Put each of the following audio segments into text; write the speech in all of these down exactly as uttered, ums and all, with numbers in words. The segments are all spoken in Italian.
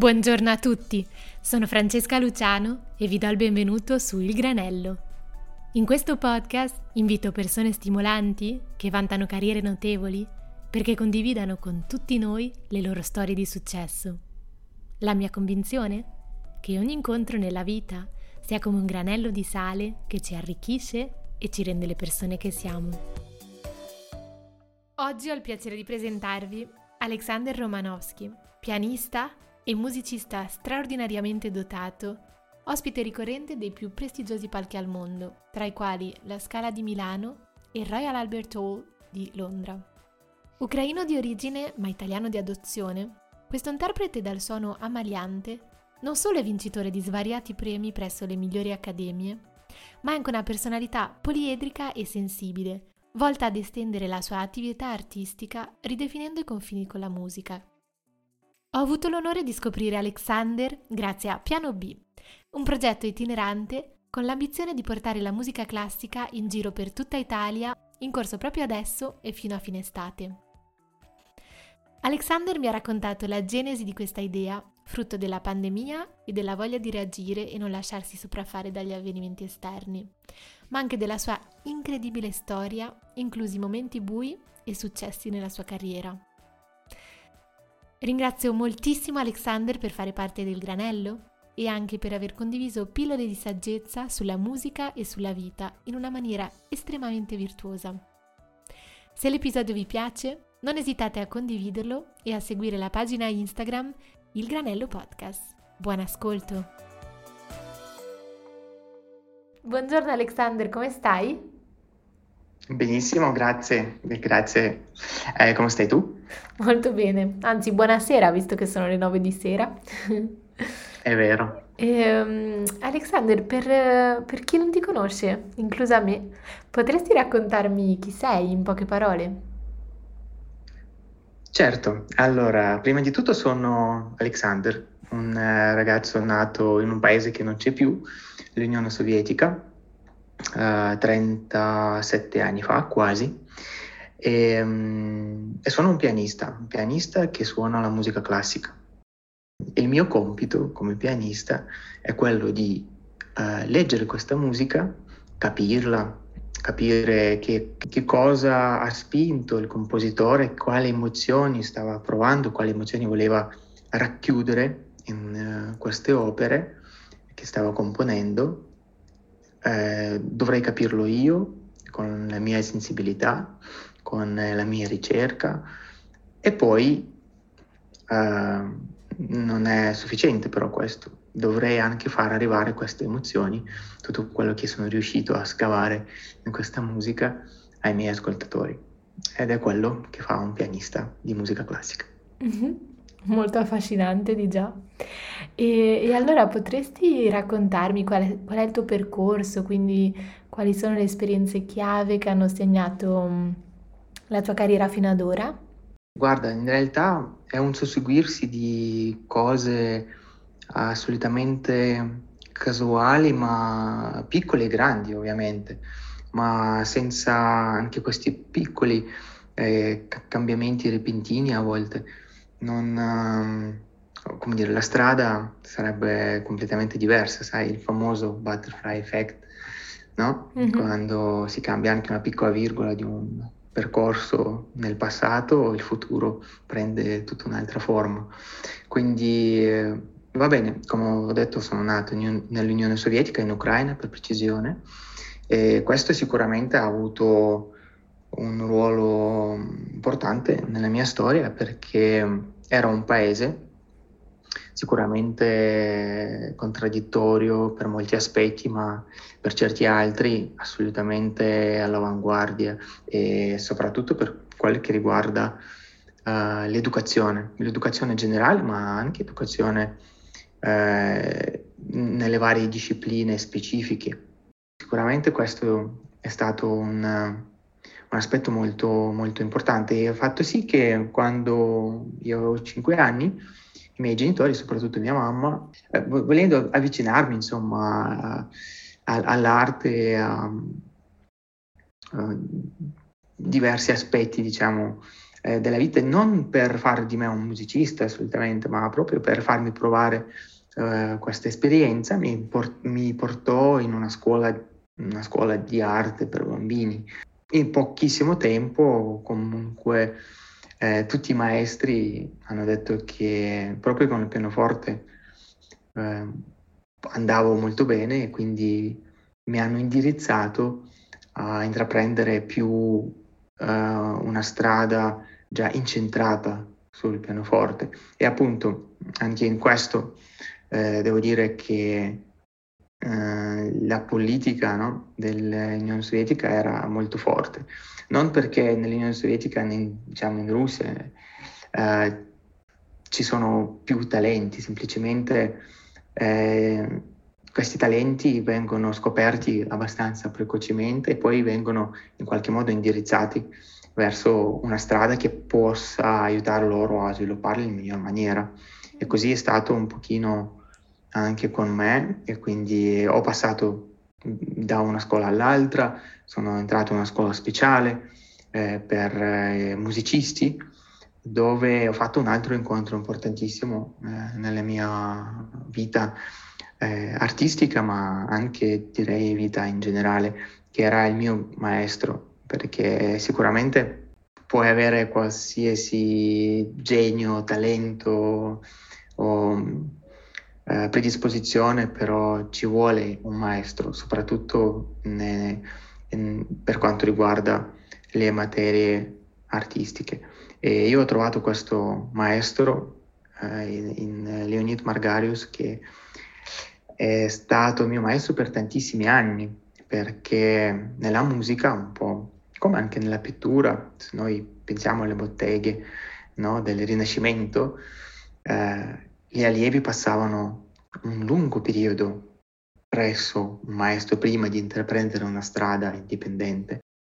Buongiorno a tutti, sono Francesca Luciano e vi do il benvenuto su Il Granello. In questo podcast invito persone stimolanti che vantano carriere notevoli perché condividano con tutti noi le loro storie di successo. La mia convinzione? Che ogni incontro nella vita sia come un granello di sale che ci arricchisce e ci rende le persone che siamo. Oggi ho il piacere di presentarvi Alexander Romanowski, pianista e musicista straordinariamente dotato, ospite ricorrente dei più prestigiosi palchi al mondo, tra i quali la Scala di Milano e il Royal Albert Hall di Londra. Ucraino di origine ma italiano di adozione, questo interprete dal suono amaliante non solo è vincitore di svariati premi presso le migliori accademie, ma è anche una personalità poliedrica e sensibile, volta ad estendere la sua attività artistica ridefinendo i confini con la musica. Ho avuto l'onore di scoprire Alexander grazie a Piano B, un progetto itinerante con l'ambizione di portare la musica classica in giro per tutta Italia, in corso proprio adesso e fino a fine estate. Alexander mi ha raccontato la genesi di questa idea, frutto della pandemia e della voglia di reagire e non lasciarsi sopraffare dagli avvenimenti esterni, ma anche della sua incredibile storia, inclusi momenti bui e successi nella sua carriera. Ringrazio moltissimo Alexander per fare parte del Granello e anche per aver condiviso pillole di saggezza sulla musica e sulla vita in una maniera estremamente virtuosa. Se l'episodio vi piace, non esitate a condividerlo e a seguire la pagina Instagram Il Granello Podcast. Buon ascolto! Buongiorno Alexander, come stai? Benissimo, grazie, grazie. Eh, come stai tu? Molto bene, anzi buonasera visto che sono le nove di sera. È vero. E, um, Alexander, per, per chi non ti conosce, inclusa me, potresti raccontarmi chi sei in poche parole? Certo, allora, prima di tutto sono Alexander, un eh, ragazzo nato in un paese che non c'è più, l'Unione Sovietica, eh, trentasette anni fa quasi, e, um, e sono un pianista, un pianista che suona la musica classica. Il mio compito come pianista è quello di uh, leggere questa musica, capirla, capire che, che cosa ha spinto il compositore, quali emozioni stava provando, quali emozioni voleva racchiudere in uh, queste opere che stava componendo. Eh, dovrei capirlo io con la mia sensibilità, con la mia ricerca e poi uh, non è sufficiente però questo, dovrei anche far arrivare queste emozioni, tutto quello che sono riuscito a scavare in questa musica ai miei ascoltatori ed è quello che fa un pianista di musica classica. Mm-hmm. Molto affascinante di già. E, e allora potresti raccontarmi qual è, qual è il tuo percorso, quindi quali sono le esperienze chiave che hanno segnato um, la tua carriera fino ad ora? Guarda, in realtà è un susseguirsi di cose assolutamente casuali, ma piccole e grandi ovviamente, ma senza anche questi piccoli eh, ca- cambiamenti repentini a volte. Non, ehm, come dire, la strada sarebbe completamente diversa, sai, il famoso butterfly effect, no? Mhm. Quando si cambia anche una piccola virgola di un percorso nel passato, il futuro prende tutta un'altra forma. Quindi eh, va bene, come ho detto, sono nato in- nell'Unione Sovietica, in Ucraina per precisione, e questo sicuramente ha avuto un ruolo importante nella mia storia perché era un paese sicuramente contraddittorio per molti aspetti, ma per certi altri assolutamente all'avanguardia e soprattutto per quel che riguarda uh, l'educazione, l'educazione generale, ma anche educazione eh, nelle varie discipline specifiche. Sicuramente questo è stato un, un aspetto molto, molto importante e ha fatto sì che quando io avevo cinque anni i miei genitori, soprattutto mia mamma, eh, volendo avvicinarmi insomma a, a, all'arte, a, a diversi aspetti diciamo eh, della vita, non per fare di me un musicista assolutamente, ma proprio per farmi provare eh, questa esperienza, mi, por- mi portò in una scuola, una scuola di arte per bambini. In pochissimo tempo, comunque, eh, tutti i maestri hanno detto che proprio con il pianoforte eh, andavo molto bene, e quindi mi hanno indirizzato a intraprendere più eh, una strada già incentrata sul pianoforte. E appunto anche in questo eh, devo dire che eh, la politica, no, dell'Unione Sovietica era molto forte. Non perché nell'Unione Sovietica, in, diciamo in Russia, eh, ci sono più talenti, semplicemente eh, questi talenti vengono scoperti abbastanza precocemente e poi vengono in qualche modo indirizzati verso una strada che possa aiutare loro a svilupparli in miglior maniera. E così è stato un pochino anche con me, e quindi ho passato da una scuola all'altra, sono entrato in una scuola speciale eh, per eh, musicisti, dove ho fatto un altro incontro importantissimo eh, nella mia vita eh, artistica, ma anche direi vita in generale, che era il mio maestro, perché sicuramente puoi avere qualsiasi genio, talento o eh, predisposizione, però ci vuole un maestro, soprattutto ne, in, per quanto riguarda le materie artistiche. E io ho trovato questo maestro eh, in, in Leonid Margarius, che è stato mio maestro per tantissimi anni, perché nella musica, un po' come anche nella pittura, se noi pensiamo alle botteghe, no, del Rinascimento, eh, gli allievi passavano un lungo periodo presso un maestro prima di intraprendere una strada indipendente.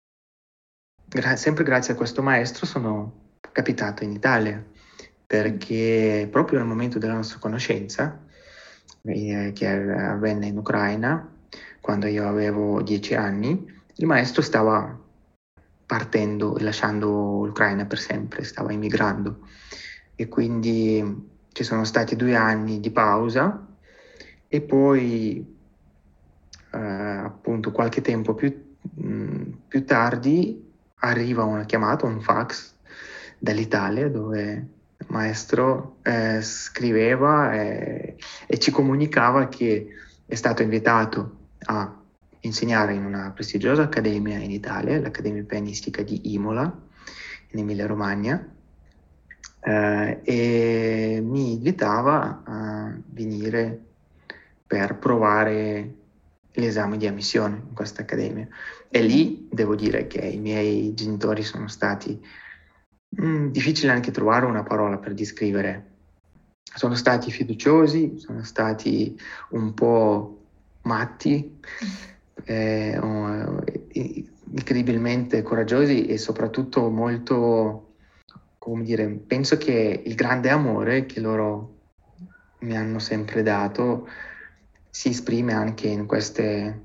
Gra- sempre grazie a questo maestro sono capitato in Italia, perché proprio nel momento della nostra conoscenza, eh, che avvenne in Ucraina, quando io avevo dieci anni, il maestro stava partendo e lasciando l'Ucraina per sempre, stava emigrando, e quindi ci sono stati due anni di pausa, e poi eh, appunto qualche tempo più, mh, più tardi arriva una chiamata, un fax dall'Italia, dove il maestro eh, scriveva e, e ci comunicava che è stato invitato a insegnare in una prestigiosa accademia in Italia, l'Accademia Pianistica di Imola, in Emilia-Romagna, eh, e mi invitava a venire per provare l'esame di ammissione in questa accademia. E lì devo dire che i miei genitori sono stati mh, difficile anche trovare una parola per descrivere. Sono stati fiduciosi, sono stati un po' matti, eh, oh, incredibilmente coraggiosi e soprattutto molto, come dire, penso che il grande amore che loro mi hanno sempre dato si esprime anche in queste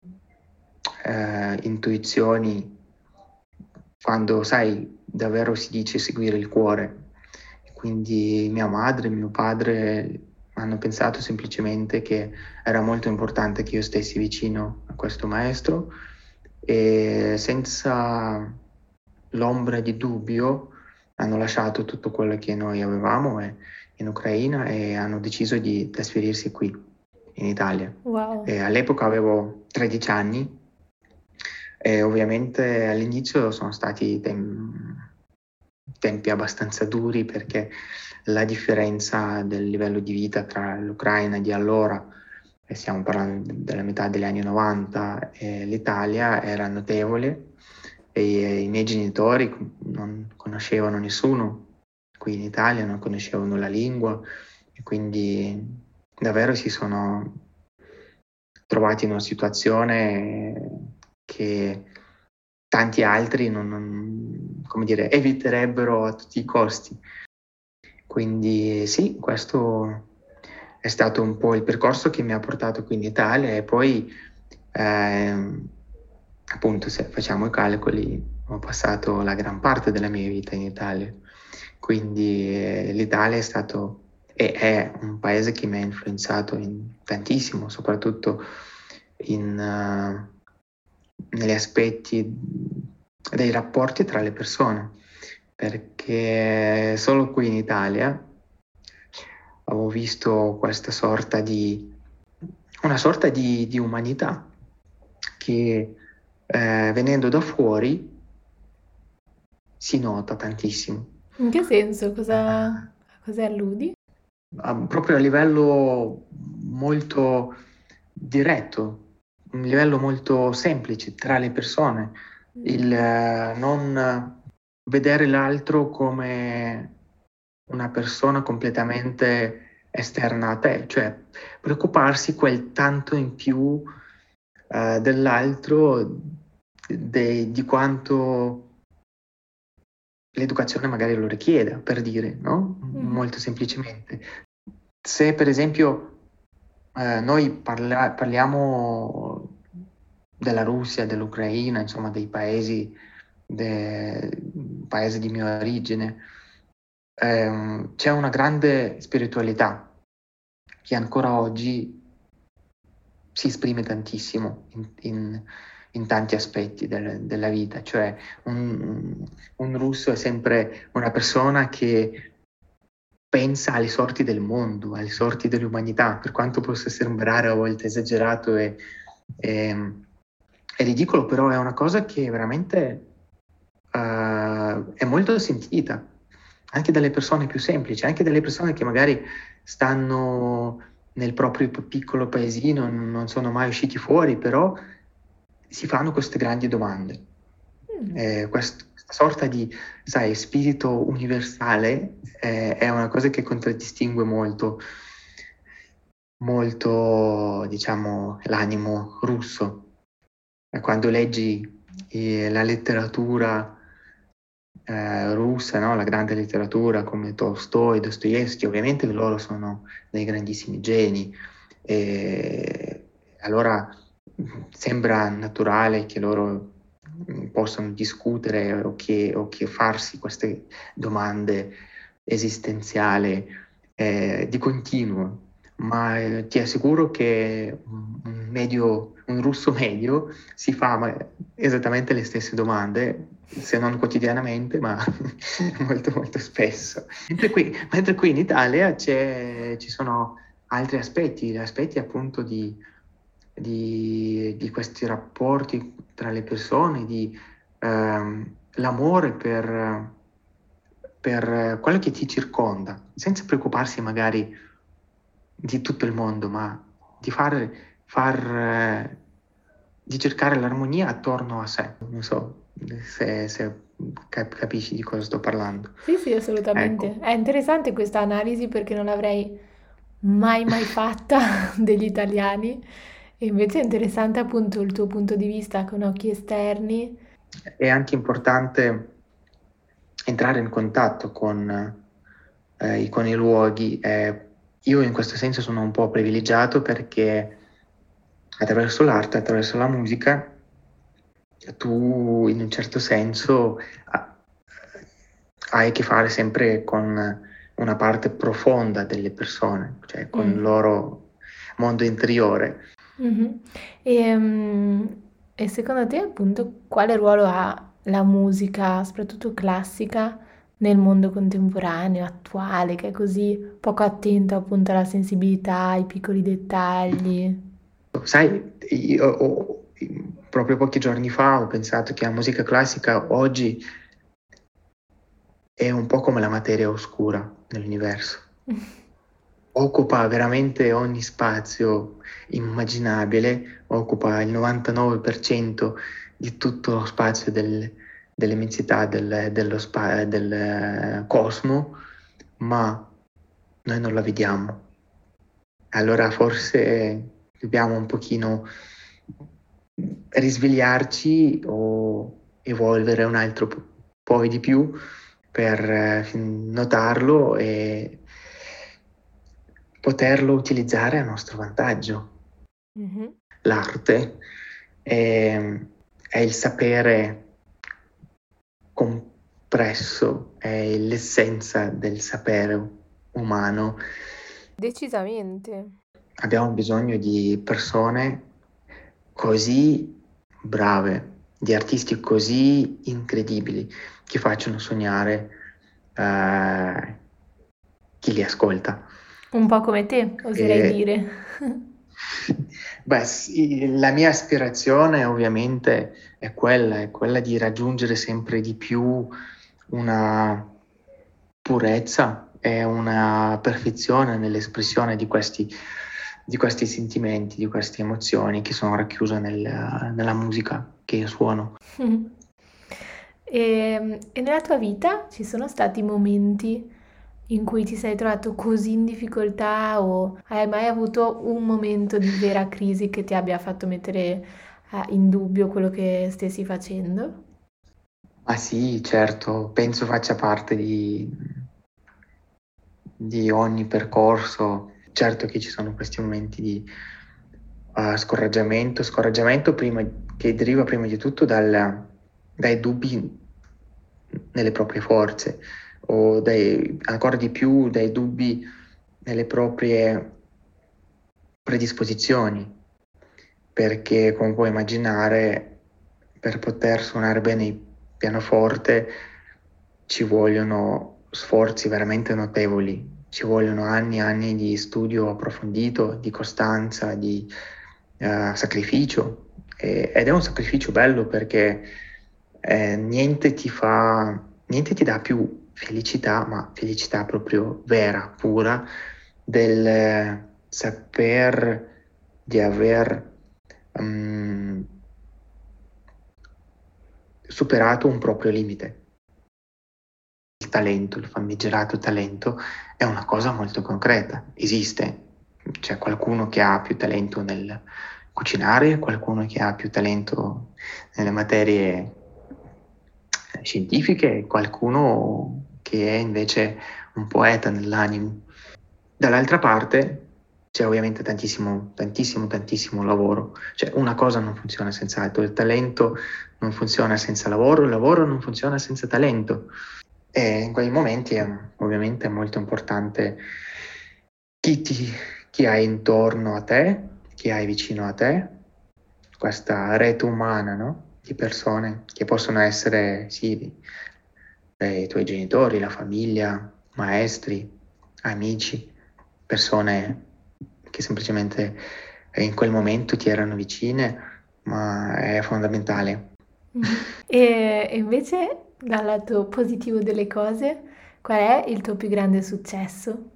eh, intuizioni, quando, sai, davvero si dice seguire il cuore. Quindi mia madre e mio padre hanno pensato semplicemente che era molto importante che io stessi vicino a questo maestro, e senza l'ombra di dubbio hanno lasciato tutto quello che noi avevamo in Ucraina e hanno deciso di trasferirsi qui in Italia. Wow. E all'epoca avevo tredici anni e ovviamente all'inizio sono stati tem- tempi abbastanza duri, perché la differenza del livello di vita tra l'Ucraina di allora, e stiamo parlando della metà degli anni novanta, e l'Italia era notevole, e i miei genitori non conoscevano nessuno qui in Italia, non conoscevano la lingua, e quindi davvero si sono trovati in una situazione che tanti altri non, non, come dire, eviterebbero a tutti i costi. Quindi sì, questo è stato un po' il percorso che mi ha portato qui in Italia, e poi eh, appunto, se facciamo i calcoli, ho passato la gran parte della mia vita in Italia, quindi eh, l'Italia è stato e è un paese che mi ha influenzato in tantissimo, soprattutto in, uh, negli aspetti dei rapporti tra le persone, perché solo qui in Italia avevo visto questa sorta di una sorta di, di umanità che eh, venendo da fuori si nota tantissimo. In che senso? Cosa, a cosa alludi? Uh, proprio a livello molto diretto, un livello molto semplice tra le persone, il uh, non vedere l'altro come una persona completamente esterna a te, cioè preoccuparsi quel tanto in più uh, dell'altro, de, di quanto l'educazione magari lo richiede, per dire, no? Mm. Molto semplicemente. Se per esempio eh, noi parla- parliamo della Russia, dell'Ucraina, insomma dei paesi, de- paesi di mia origine, ehm, c'è una grande spiritualità che ancora oggi si esprime tantissimo in, in, in tanti aspetti del, della vita, cioè un, un russo è sempre una persona che pensa alle sorti del mondo, alle sorti dell'umanità, per quanto possa sembrare a volte esagerato e, e, e ridicolo, però è una cosa che veramente uh, è molto sentita, anche dalle persone più semplici, anche dalle persone che magari stanno nel proprio piccolo paesino, non sono mai usciti fuori, però si fanno queste grandi domande. Mm. Eh, quest- questa sorta di, sai, spirito universale eh, è una cosa che contraddistingue molto, molto, diciamo, l'animo russo. E quando leggi eh, la letteratura eh, russa, no? La grande letteratura come Tolstoi, Dostoevsky, ovviamente loro sono dei grandissimi geni. E allora sembra naturale che loro possano discutere o che, o che farsi queste domande esistenziali eh, di continuo, ma eh, ti assicuro che un, medio, un russo medio si fa esattamente le stesse domande, se non quotidianamente, ma molto molto spesso. Mentre qui, mentre qui in Italia c'è, ci sono altri aspetti, aspetti appunto di, di, di questi rapporti tra le persone, di ehm, l'amore per, per quello che ti circonda, senza preoccuparsi magari di tutto il mondo, ma di far, far di cercare l'armonia attorno a sé. Non so se, se cap- capisci di cosa sto parlando. Sì, sì, assolutamente. Ecco. È interessante questa analisi perché non l'avrei mai mai fatta degli italiani e invece è interessante appunto il tuo punto di vista con occhi esterni. È anche importante entrare in contatto con, eh, con i luoghi. Eh, io in questo senso sono un po' privilegiato perché attraverso l'arte, attraverso la musica, tu in un certo senso hai a che fare sempre con una parte profonda delle persone, cioè con mm. il loro mondo interiore. Mm-hmm. E, um, e secondo te appunto quale ruolo ha la musica, soprattutto classica, nel mondo contemporaneo, attuale, che è così poco attento appunto alla sensibilità, ai piccoli dettagli? Sai, io ho, proprio pochi giorni fa ho pensato che la musica classica oggi è un po' come la materia oscura nell'universo. Occupa veramente ogni spazio immaginabile, occupa il novantanove per cento di tutto lo spazio del, dell'immensità del, dello spa, del cosmo, ma noi non la vediamo. Allora forse dobbiamo un pochino risvegliarci o evolvere un altro po' di più per notarlo e poterlo utilizzare a nostro vantaggio. Mm-hmm. L'arte è, è il sapere compresso, è l'essenza del sapere umano. Decisamente. Abbiamo bisogno di persone così brave, di artisti così incredibili, che facciano sognare eh, chi li ascolta. Un po' come te, oserei E- dire. Beh, sì, la mia aspirazione ovviamente è quella, è quella di raggiungere sempre di più una purezza e una perfezione nell'espressione di questi, di questi sentimenti, di queste emozioni che sono racchiuse nel- nella musica che io suono. E, e nella tua vita ci sono stati momenti in cui ti sei trovato così in difficoltà o hai mai avuto un momento di vera crisi che ti abbia fatto mettere eh, in dubbio quello che stessi facendo? Ma sì, certo, penso faccia parte di, di ogni percorso. Certo che ci sono questi momenti di uh, scoraggiamento, scoraggiamento prima, che deriva prima di tutto dal- dai dubbi nelle proprie forze o dai, ancora di più dai dubbi nelle proprie predisposizioni, perché come puoi immaginare, per poter suonare bene il pianoforte ci vogliono sforzi veramente notevoli, ci vogliono anni e anni di studio approfondito, di costanza, di eh, sacrificio. E- ed è un sacrificio bello perché eh, niente ti fa, niente ti dà più felicità, ma felicità proprio vera, pura, del eh, saper di aver mm, superato un proprio limite. Il talento, il famigerato talento, è una cosa molto concreta, esiste. C'è qualcuno che ha più talento nel cucinare, qualcuno che ha più talento nelle materie eh, scientifiche, qualcuno che è invece un poeta nell'animo. Dall'altra parte c'è ovviamente tantissimo, tantissimo, tantissimo lavoro. Cioè una cosa non funziona senza l'altro, il talento non funziona senza lavoro, il lavoro non funziona senza talento. E in quei momenti è ovviamente molto importante chi, ti, chi hai intorno a te, chi hai vicino a te, questa rete umana, no? Di persone che possono essere, sì, eh, i tuoi genitori, la famiglia, maestri, amici, persone che semplicemente eh, in quel momento ti erano vicine, ma è fondamentale. E e invece, dal lato positivo delle cose, qual è il tuo più grande successo?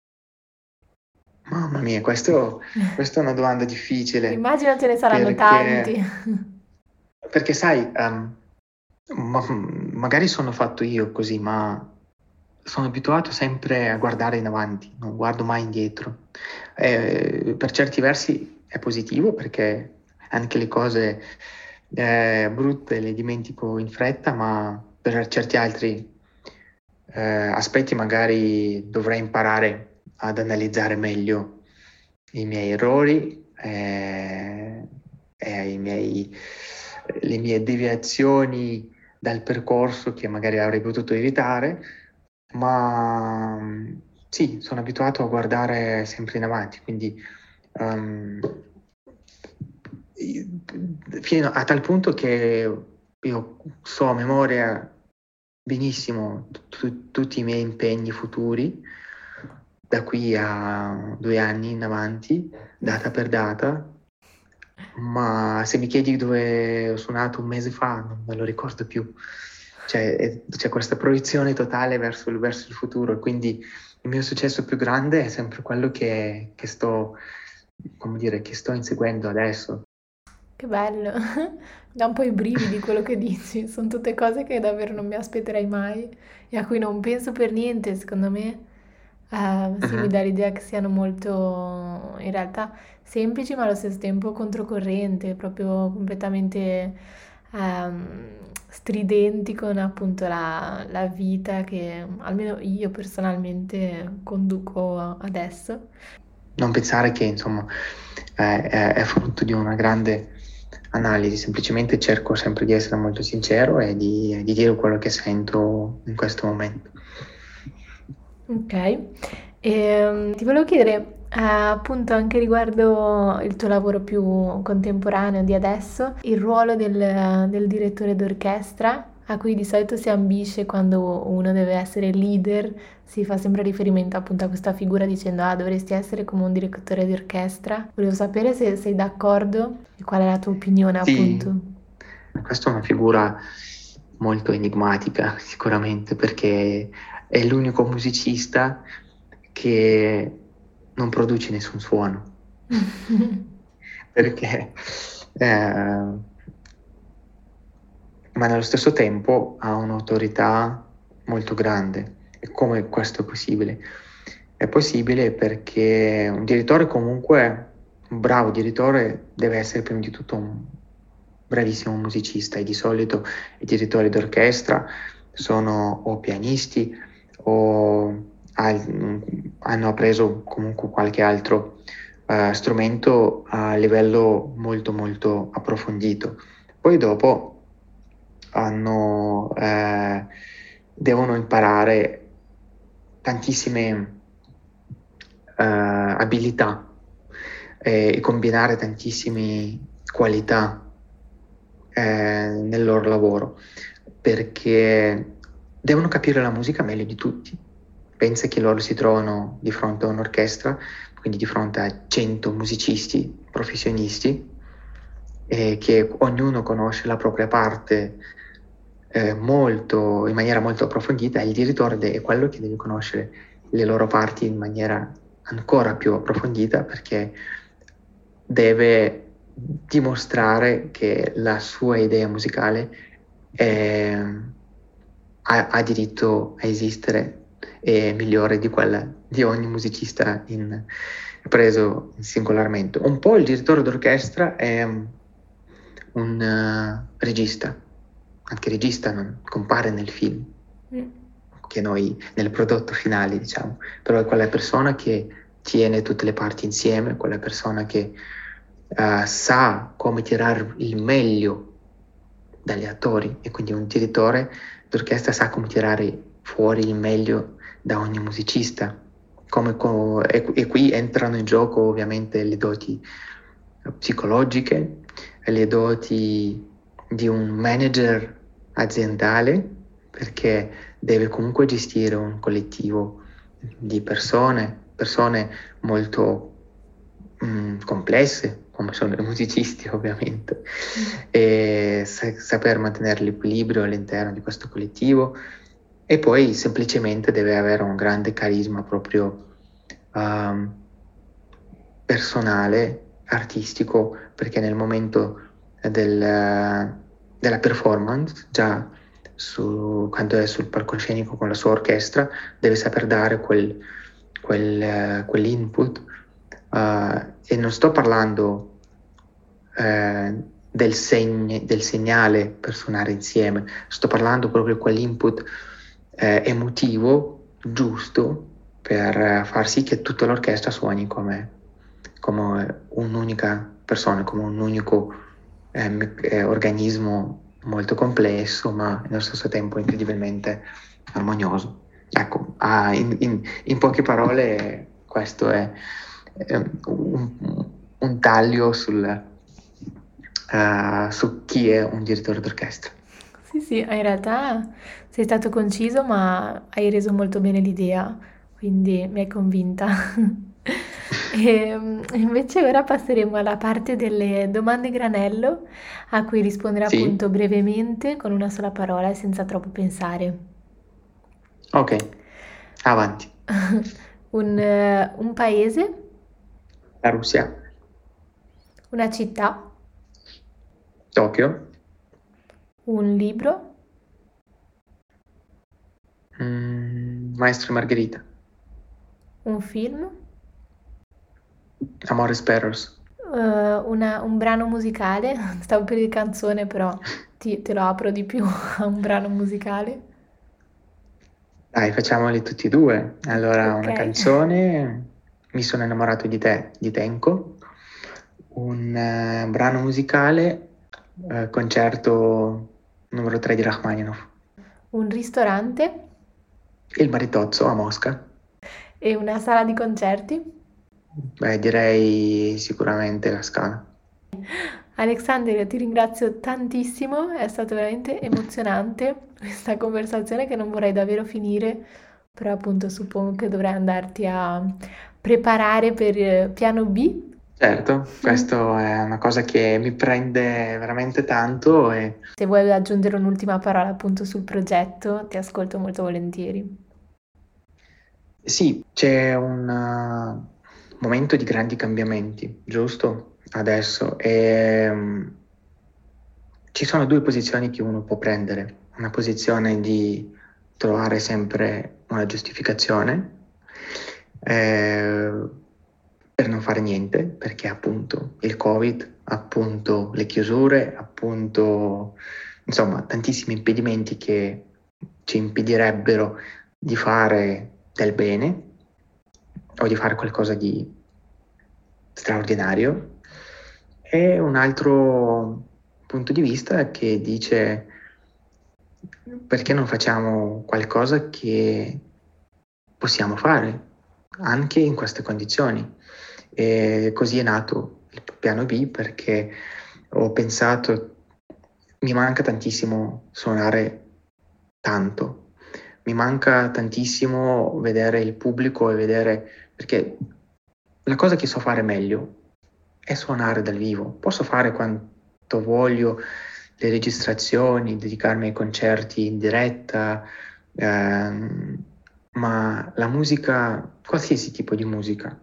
Mamma mia, questo, questa è una domanda difficile Immagino ce ne saranno tanti. perché, perché sai, ehm, ma- magari sono fatto io così, ma sono abituato sempre a guardare in avanti, non guardo mai indietro. Eh, per certi versi è positivo perché anche le cose eh, brutte le dimentico in fretta, ma per certi altri eh, aspetti magari dovrei imparare ad analizzare meglio i miei errori eh, e i miei, le mie deviazioni dal percorso che magari avrei potuto evitare, ma sì, sono abituato a guardare sempre in avanti, quindi um, fino a tal punto che io so a memoria benissimo tu- tutti i miei impegni futuri da qui a due anni in avanti, data per data, ma se mi chiedi dove ho suonato un mese fa non me lo ricordo più. Cioè, è- c'è questa proiezione totale verso il, verso il futuro e quindi il mio successo più grande è sempre quello che, che sto, come dire, che sto inseguendo adesso. Che bello, dà un po' i brividi quello che dici, sono tutte cose che davvero non mi aspetterei mai e a cui non penso per niente, secondo me. Eh, sì, mi Mhm. dà l'idea che siano molto, in realtà, semplici ma allo stesso tempo controcorrente, proprio completamente ehm, stridenti con appunto la, la vita che almeno io personalmente conduco adesso. Non pensare che, insomma, è, è- è frutto di una grande analisi, semplicemente cerco sempre di essere molto sincero e di, di dire quello che sento in questo momento. Ok, e, ti volevo chiedere eh, appunto anche riguardo il tuo lavoro più contemporaneo di adesso, il ruolo del, del direttore d'orchestra a cui di solito si ambisce quando uno deve essere leader, si fa sempre riferimento appunto a questa figura dicendo ah dovresti essere come un direttore di orchestra. Volevo sapere se sei d'accordo e qual è la tua opinione Sì, appunto. questa è una figura molto enigmatica sicuramente perché è l'unico musicista che non produce nessun suono, perché eh, ma nello stesso tempo ha un'autorità molto grande. E come questo è possibile? È possibile perché un direttore comunque, un bravo direttore deve essere prima di tutto un bravissimo musicista e di solito i direttori d'orchestra sono o pianisti o hanno appreso comunque qualche altro uh, strumento a livello molto molto approfondito. Poi dopo hanno, eh, devono imparare tantissime eh, abilità eh, e combinare tantissime qualità eh, nel loro lavoro perché devono capire la musica meglio di tutti. Pensa che loro si trovano di fronte a un'orchestra, quindi di fronte a cento musicisti professionisti, e che ognuno conosce la propria parte eh, molto, in maniera molto approfondita, e il direttore è quello che deve conoscere le loro parti in maniera ancora più approfondita perché deve dimostrare che la sua idea musicale è, ha, ha diritto a esistere e è migliore di quella di ogni musicista in, preso singolarmente. Un po' il direttore d'orchestra è un uh, regista, anche il regista non compare nel film, mm. che noi nel prodotto finale diciamo, però è quella persona che tiene tutte le parti insieme, quella persona che uh, sa come tirare il meglio dagli attori e quindi un direttore d'orchestra sa come tirare fuori il meglio da ogni musicista. Come, co- e, e qui entrano in gioco ovviamente le doti psicologiche, le doti di un manager aziendale, perché deve comunque gestire un collettivo di persone, persone molto mh, complesse, come sono i musicisti ovviamente, mm. e sa- saper mantenere l'equilibrio all'interno di questo collettivo. E poi semplicemente deve avere un grande carisma proprio um, personale, artistico, perché nel momento del, della performance, già su, quando è sul palcoscenico con la sua orchestra, deve saper dare quel, quel, uh, quell'input. Uh, e non sto parlando uh, del, segn- del segnale per suonare insieme, sto parlando proprio di quell'input eh, emotivo giusto per far sì che tutta l'orchestra suoni come, come un'unica persona, come un unico eh, eh, organismo molto complesso ma nello stesso tempo incredibilmente armonioso. Ecco, ah, in, in, in poche parole questo è eh, un, un taglio sul, uh, su chi è un direttore d'orchestra. Sì, sì, in realtà sei stato conciso, ma hai reso molto bene l'idea, quindi mi hai convinta. E invece ora passeremo alla parte delle domande granello, a cui rispondere Sì? appunto brevemente con una sola parola e senza troppo pensare. Ok, avanti. Un, eh, un paese, La Russia, una città, Tokyo, un libro, mm, Maestro e Margherita, un film, Amores Perros. eh, una- un brano musicale. Stavo per dire canzone, però ti- te lo apro di più a un brano musicale. Dai, facciamoli tutti e due. Allora, Ok. una canzone, Mi sono innamorato di te, di Tenco. Un eh, brano musicale, eh, concerto numero tre di Rachmaninoff. Un ristorante Il Maritozzo a Mosca. e una sala di concerti? Beh, direi sicuramente la Scala. Alexander, io ti ringrazio tantissimo, è stato veramente emozionante questa conversazione che non vorrei davvero finire, però appunto suppongo che dovrai andarti a preparare per eh, piano B. Certo, questo è una cosa che mi prende veramente tanto e Se vuoi aggiungere un'ultima parola appunto sul progetto, ti ascolto molto volentieri. sì, c'è un uh, momento di grandi cambiamenti, giusto? Adesso. E, um, ci sono due posizioni che uno può prendere. Una posizione di trovare sempre una giustificazione eh, per non fare niente, perché appunto il Covid, appunto le chiusure, appunto insomma tantissimi impedimenti che ci impedirebbero di fare del bene o di fare qualcosa di straordinario. E un altro punto di vista che dice perché non facciamo qualcosa che possiamo fare anche in queste condizioni. E così è nato il piano B, perché ho pensato mi manca tantissimo suonare tanto, mi manca tantissimo vedere il pubblico e vedere, perché la cosa che so fare meglio è suonare dal vivo. Posso fare quanto voglio le registrazioni, dedicarmi ai concerti in diretta, ehm, ma la musica, qualsiasi tipo di musica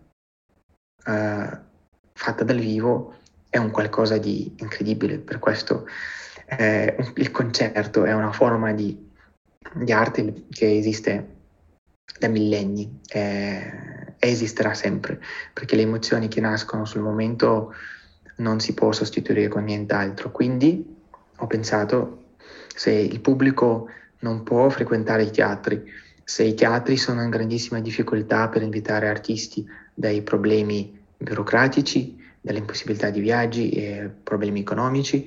eh, fatta dal vivo è un qualcosa di incredibile. Per questo eh, il concerto è una forma di, di arte che esiste da millenni eh, e esisterà sempre, perché le emozioni che nascono sul momento non si può sostituire con nient'altro. Quindi ho pensato, se il pubblico non può frequentare i teatri, se i teatri sono in grandissima difficoltà per invitare artisti dai problemi burocratici, dalle impossibilità di viaggi e problemi economici,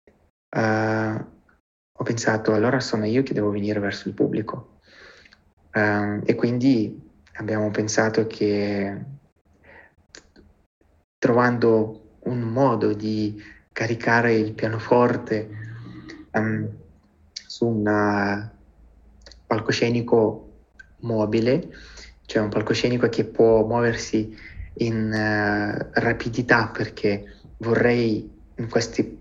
eh, ho pensato allora sono io che devo venire verso il pubblico. Uh, e quindi abbiamo pensato che trovando un modo di caricare il pianoforte um, su un palcoscenico mobile, cioè un palcoscenico che può muoversi in uh, rapidità, perché vorrei in questi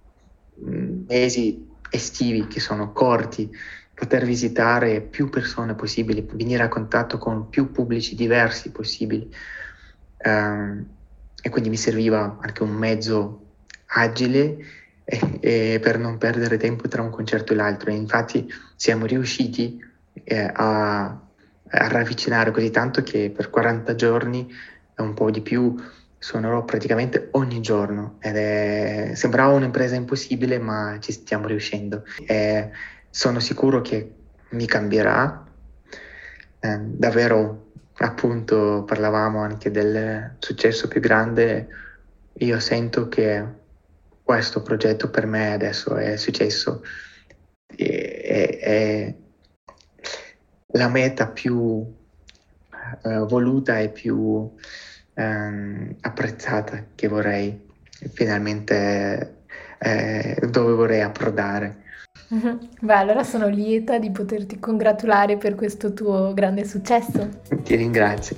mesi estivi che sono corti poter visitare più persone possibili, venire a contatto con più pubblici diversi possibili. Um, e quindi mi serviva anche un mezzo agile e, e per non perdere tempo tra un concerto e l'altro. E infatti siamo riusciti eh, a, a ravvicinare così tanto che per quaranta giorni e un po' di più suonerò praticamente ogni giorno ed è, sembrava un'impresa impossibile, ma ci stiamo riuscendo. E sono sicuro che mi cambierà. Eh, davvero, appunto, parlavamo anche del successo più grande. Io sento che questo progetto per me adesso è successo. È, è la meta più eh, voluta e più eh, apprezzata che vorrei finalmente eh, dove vorrei approdare. Beh, allora sono lieta di poterti congratulare per questo tuo grande successo. Ti ringrazio.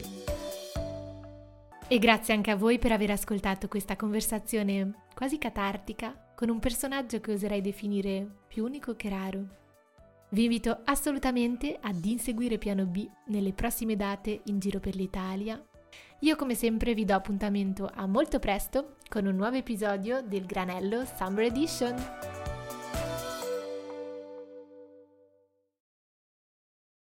E grazie anche a voi per aver ascoltato questa conversazione quasi catartica con un personaggio che oserei definire più unico che raro. Vi invito assolutamente ad inseguire Piano B nelle prossime date in giro per l'Italia. Io come sempre vi do appuntamento a molto presto con un nuovo episodio del Granello Summer Edition.